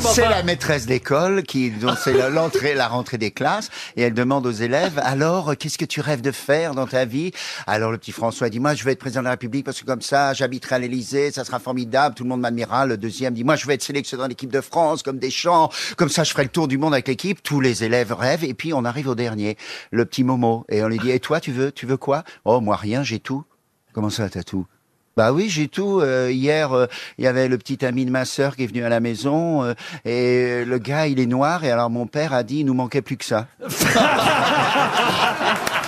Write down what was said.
C'est la maîtresse d'école dont c'est la rentrée des classes, et elle demande aux élèves, alors, qu'est-ce que tu rêves de faire dans ta vie? Alors, le petit François dit, moi, je vais être président de la République parce que comme ça, j'habiterai à l'Élysée, ça sera formidable, tout le monde m'admirera. Le deuxième dit, moi, je vais être sélectionné dans l'équipe de France, comme Deschamps, comme ça, je ferai le tour du monde avec l'équipe. Tous les élèves rêvent, et puis on arrive au dernier, le petit Momo, et on lui dit, et toi, tu veux quoi? Oh, moi, rien, j'ai tout. Comment ça, t'as tout? Bah oui, j'ai tout. Hier, il y avait le petit ami de ma sœur qui est venu à la maison et le gars, il est noir et alors mon père a dit, il nous manquait plus que ça.